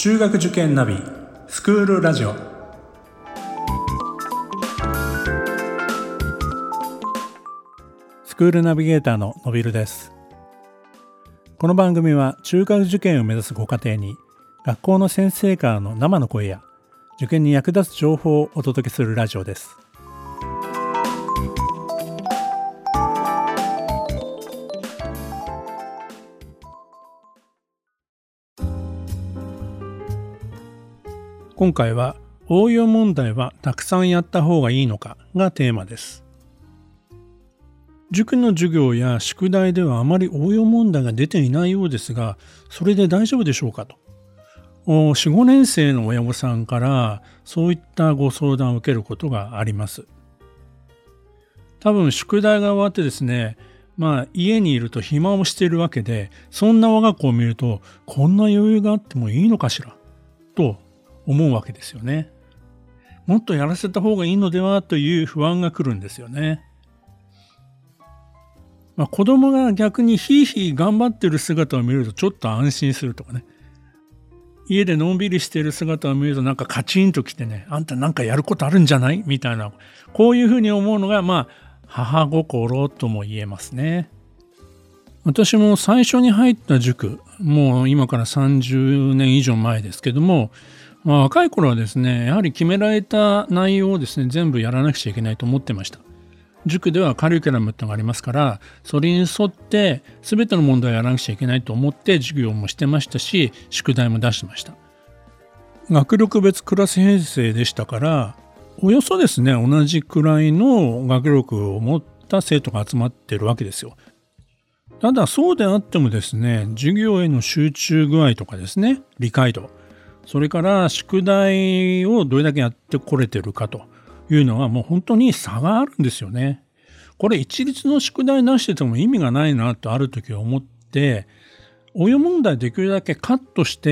中学受験ナビスクールラジオ。スクールナビゲーターののびるです。この番組は中学受験を目指すご家庭に学校の先生からの生の声や受験に役立つ情報をお届けするラジオです。今回は応用問題はたくさんやった方がいいのかがテーマです。塾の授業や宿題ではあまり応用問題が出ていないようですが、それで大丈夫でしょうかと。4、5年生の親御さんからそういったご相談を受けることがあります。多分宿題が終わってですね、家にいると暇をしているわけで、そんな我が子を見るとこんな余裕があってもいいのかしらと思うわけですよね。もっとやらせた方がいいのではという不安が来るんですよね。子供が逆にひいひい頑張ってる姿を見るとちょっと安心するとかね。家でのんびりしている姿を見るとなんかカチンときてね、あんたなんかやることあるんじゃないみたいな、こういうふうに思うのが母心とも言えますね。私も最初に入った塾、もう今から30年以上前ですけども、若い頃はですね、やはり決められた内容をですね、全部やらなくちゃいけないと思ってました。塾ではカリキュラムってのがありますから、それに沿って全ての問題をやらなくちゃいけないと思って授業もしてましたし、宿題も出してました。学力別クラス編成でしたから、およそですね、同じくらいの学力を持った生徒が集まっているわけですよ。ただそうであってもですね、授業への集中具合とかですね、理解度、それから宿題をどれだけやってこれてるかというのはもう本当に差があるんですよね。これ一律の宿題出してても意味がないなとある時は思って、応用問題できるだけカットして、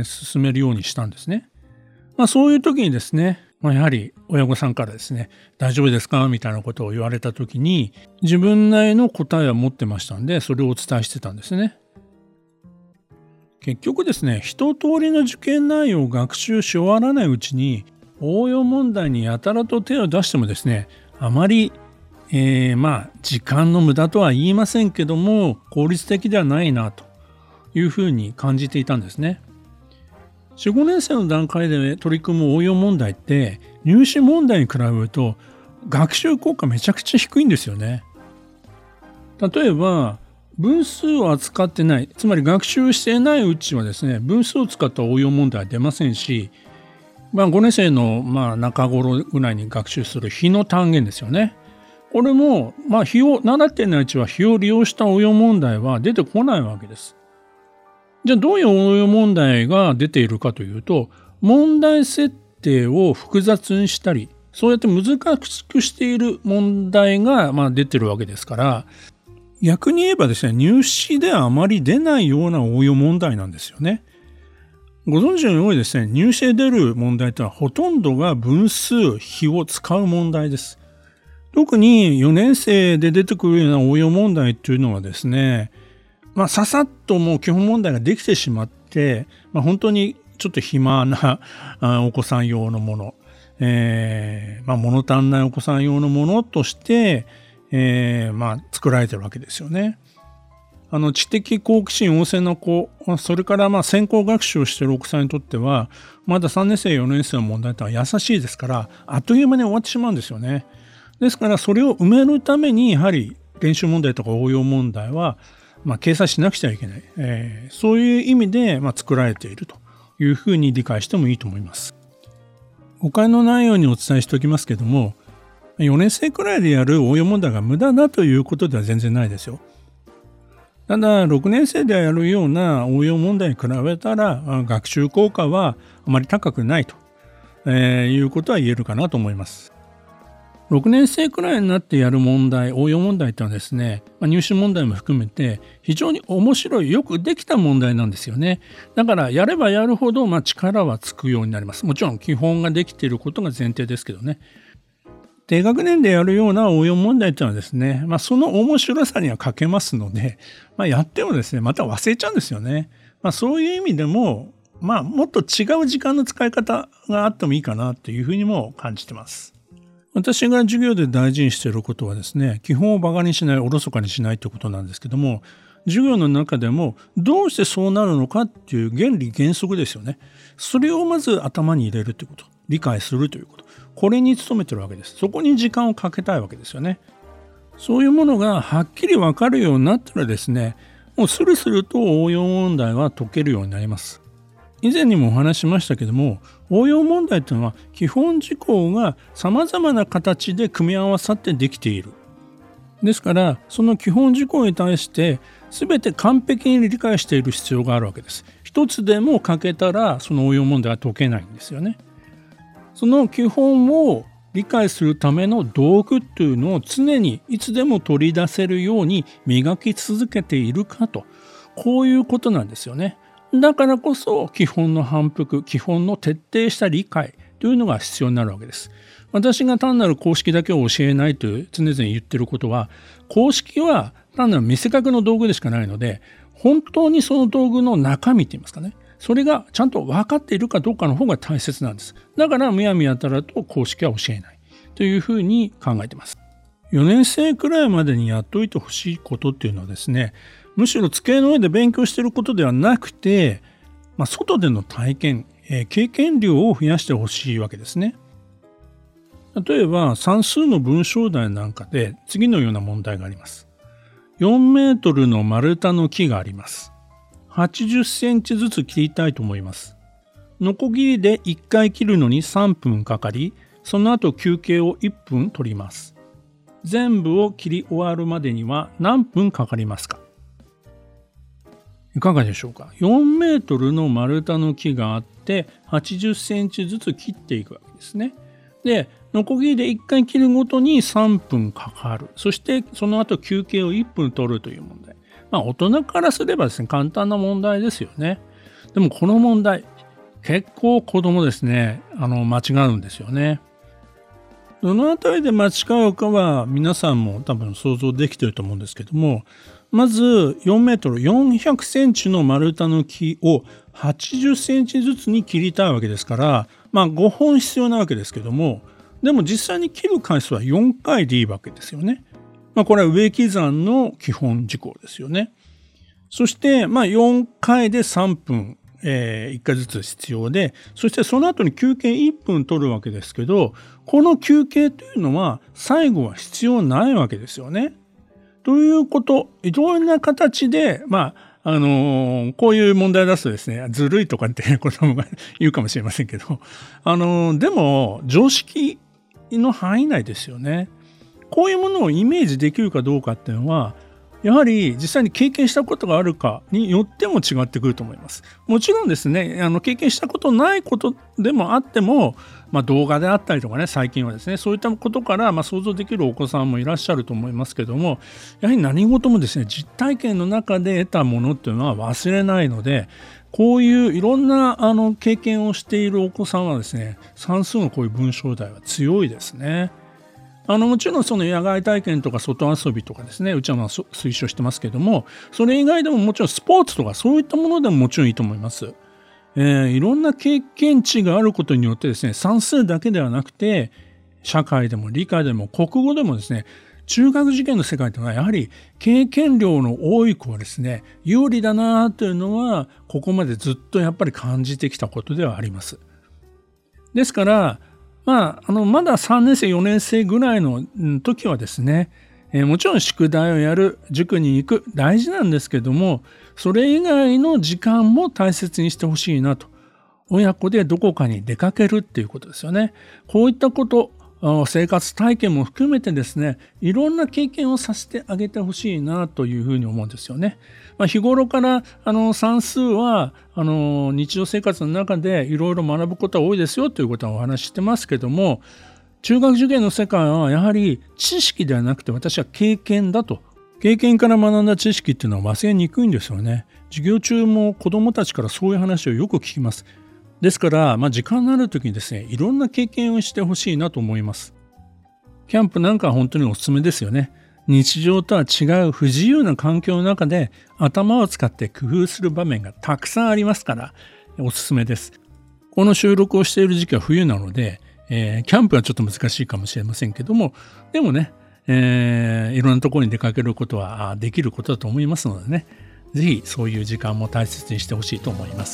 進めるようにしたんですね。そういう時にですね、やはり親御さんからですね、大丈夫ですかみたいなことを言われた時に、自分なりの答えは持ってましたんで、それをお伝えしてたんですね。結局ですね、一通りの受験内容を学習し終わらないうちに応用問題にやたらと手を出してもですね、あまり、時間の無駄とは言いませんけども、効率的ではないなというふうに感じていたんですね。4、5年生の段階で取り組む応用問題って入試問題に比べると学習効果めちゃくちゃ低いんですよね。例えば分数を扱ってない、つまり学習していないうちはですね、分数を使った応用問題は出ませんし、5年生の中頃ぐらいに学習する比の単元ですよね。これも比を習っていないうちは比を利用した応用問題は出てこないわけです。じゃあどういう応用問題が出ているかというと、問題設定を複雑にしたり、そうやって難しくしている問題が出てるわけですから、逆に言えばですね、入試ではあまり出ないような応用問題なんですよね。ご存知のようにですね、入試で出る問題というのはほとんどが分数、比を使う問題です。特に4年生で出てくるような応用問題というのはですね、ささっともう基本問題ができてしまって、本当にちょっと暇なお子さん用のもの、物足んないお子さん用のものとして、作られてるわけですよね。知的好奇心旺盛な子、それから先行学習をしているお子さんにとっては、まだ3年生、4年生の問題とは優しいですから、あっという間に終わってしまうんですよね。ですから、それを埋めるために、やはり練習問題とか応用問題は、掲載しなくちゃいけない。そういう意味で、作られているというふうに理解してもいいと思います。誤解のないようにお伝えしておきますけども、4年生くらいでやる応用問題が無駄だということでは全然ないですよ。ただ6年生でやるような応用問題に比べたら学習効果はあまり高くないということは言えるかなと思います。6年生くらいになってやる問題、応用問題というのはですね、入試問題も含めて非常に面白い、よくできた問題なんですよね。だからやればやるほど力はつくようになります。もちろん基本ができていることが前提ですけどね。低学年でやるような応用問題というのはですね、その面白さには欠けますので、やってもですね、また忘れちゃうんですよね。そういう意味でももっと違う時間の使い方があってもいいかなというふうにも感じてます。私が授業で大事にしていることはですね、基本をバカにしない、おろそかにしないということなんですけども、授業の中でもどうしてそうなるのかっていう原理原則ですよね。それをまず頭に入れるということ、理解するということ、これに努めてるわけです。そこに時間をかけたいわけですよね。そういうものがはっきり分かるようになったらですね、もうスルスルと応用問題は解けるようになります。以前にもお話ししましたけども、応用問題というのは基本事項がさまざまな形で組み合わさってできている。ですからその基本事項に対して全て完璧に理解している必要があるわけです。一つでも欠けたらその応用問題は解けないんですよね。その基本を理解するための道具というのを常にいつでも取り出せるように磨き続けているかと、こういうことなんですよね。だからこそ基本の反復、基本の徹底した理解というのが必要になるわけです。私が単なる公式だけを教えないという常々言ってることは、公式は単なる見せかけの道具でしかないので、本当にその道具の中身といいますかね、それがちゃんと分かっているかどうかの方が大切なんです。だからむやみやたらと公式は教えないというふうに考えています。4年生くらいまでにやっといてほしいことっていうのはですね、むしろ机の上で勉強していることではなくて、外での体験、経験量を増やしてほしいわけですね。例えば算数の文章題なんかで次のような問題があります。4メートルの丸太の木があります。80センチずつ切りたいと思います。ノコギリで1回切るのに3分かかり、その後休憩を1分取ります。全部を切り終わるまでには何分かかりますか？いかがでしょうか。4メートルの丸太の木があって80センチずつ切っていくわけですね。で、ノコギリで1回切るごとに3分かかる。そしてその後休憩を1分取るという問題。大人からすればですね、簡単な問題ですよね。でもこの問題、結構子供ですね、間違うんですよね。どのあたりで間違うかは皆さんも多分想像できていると思うんですけども、まず4メートル400センチの丸太の木を80センチずつに切りたいわけですから、5本必要なわけですけども、でも実際に切る回数は4回でいいわけですよね。これは植木算の基本事項ですよね。そして4回で3分、1回ずつ必要で、そしてその後に休憩1分取るわけですけど、この休憩というのは最後は必要ないわけですよね。ということ、いろんな形でこういう問題を出すとですね、ずるいとかって子供が言うかもしれませんけど、でも常識の範囲内ですよね。こういうものをイメージできるかどうかっていうのは、やはり実際に経験したことがあるかによっても違ってくると思います。もちろんですね、経験したことないことでもあっても、動画であったりとかね、最近はですね、そういったことから想像できるお子さんもいらっしゃると思いますけども、やはり何事もですね、実体験の中で得たものっていうのは忘れないので、こういういろんな経験をしているお子さんはですね、算数のこういう文章題は強いですね。もちろんその野外体験とか外遊びとかですね、うちは推奨してますけども、それ以外でももちろんスポーツとかそういったものでももちろんいいと思います。いろんな経験値があることによってですね、算数だけではなくて社会でも理科でも国語でもですね、中学受験の世界というのはやはり経験量の多い子はですね、有利だなというのはここまでずっとやっぱり感じてきたことではあります。ですからまだ3年生4年生ぐらいの時はですね、もちろん宿題をやる、塾に行く大事なんですけども、それ以外の時間も大切にしてほしいなと。親子でどこかに出かけるっていうことですよね。こういったこと、生活体験も含めてですね、いろんな経験をさせてあげてほしいなというふうに思うんですよね。日頃から算数は日常生活の中でいろいろ学ぶことは多いですよということはお話ししてますけども、中学受験の世界はやはり知識ではなくて私は経験だと。経験から学んだ知識っていうのは忘れにくいんですよね。授業中も子どもたちからそういう話をよく聞きます。ですから、時間のある時にですね、いろんな経験をしてほしいなと思います。キャンプなんかは本当におすすめですよね。日常とは違う不自由な環境の中で頭を使って工夫する場面がたくさんありますから、 おすすめです。この収録をしている時期は冬なので、キャンプはちょっと難しいかもしれませんけども、でもね、いろんなところに出かけることはできることだと思いますのでね、ぜひそういう時間も大切にしてほしいと思います。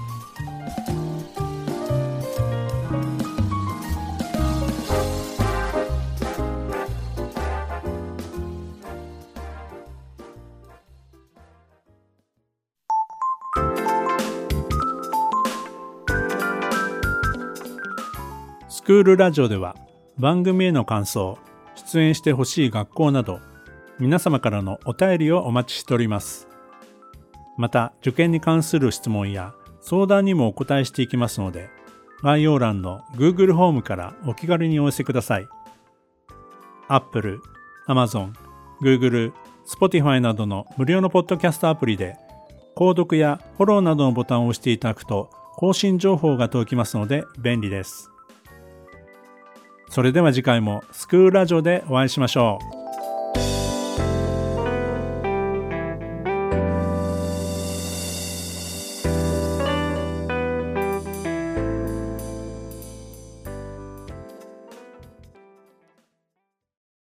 スクールラジオでは番組への感想、出演してほしい学校など皆様からのお便りをお待ちしております。また受験に関する質問や相談にもお答えしていきますので、概要欄の Google フォームからお気軽にお寄せください。Apple、Amazon、Google、Spotify などの無料のポッドキャストアプリで購読やフォローなどのボタンを押していただくと更新情報が届きますので便利です。それでは次回もスクールラジオでお会いしましょう。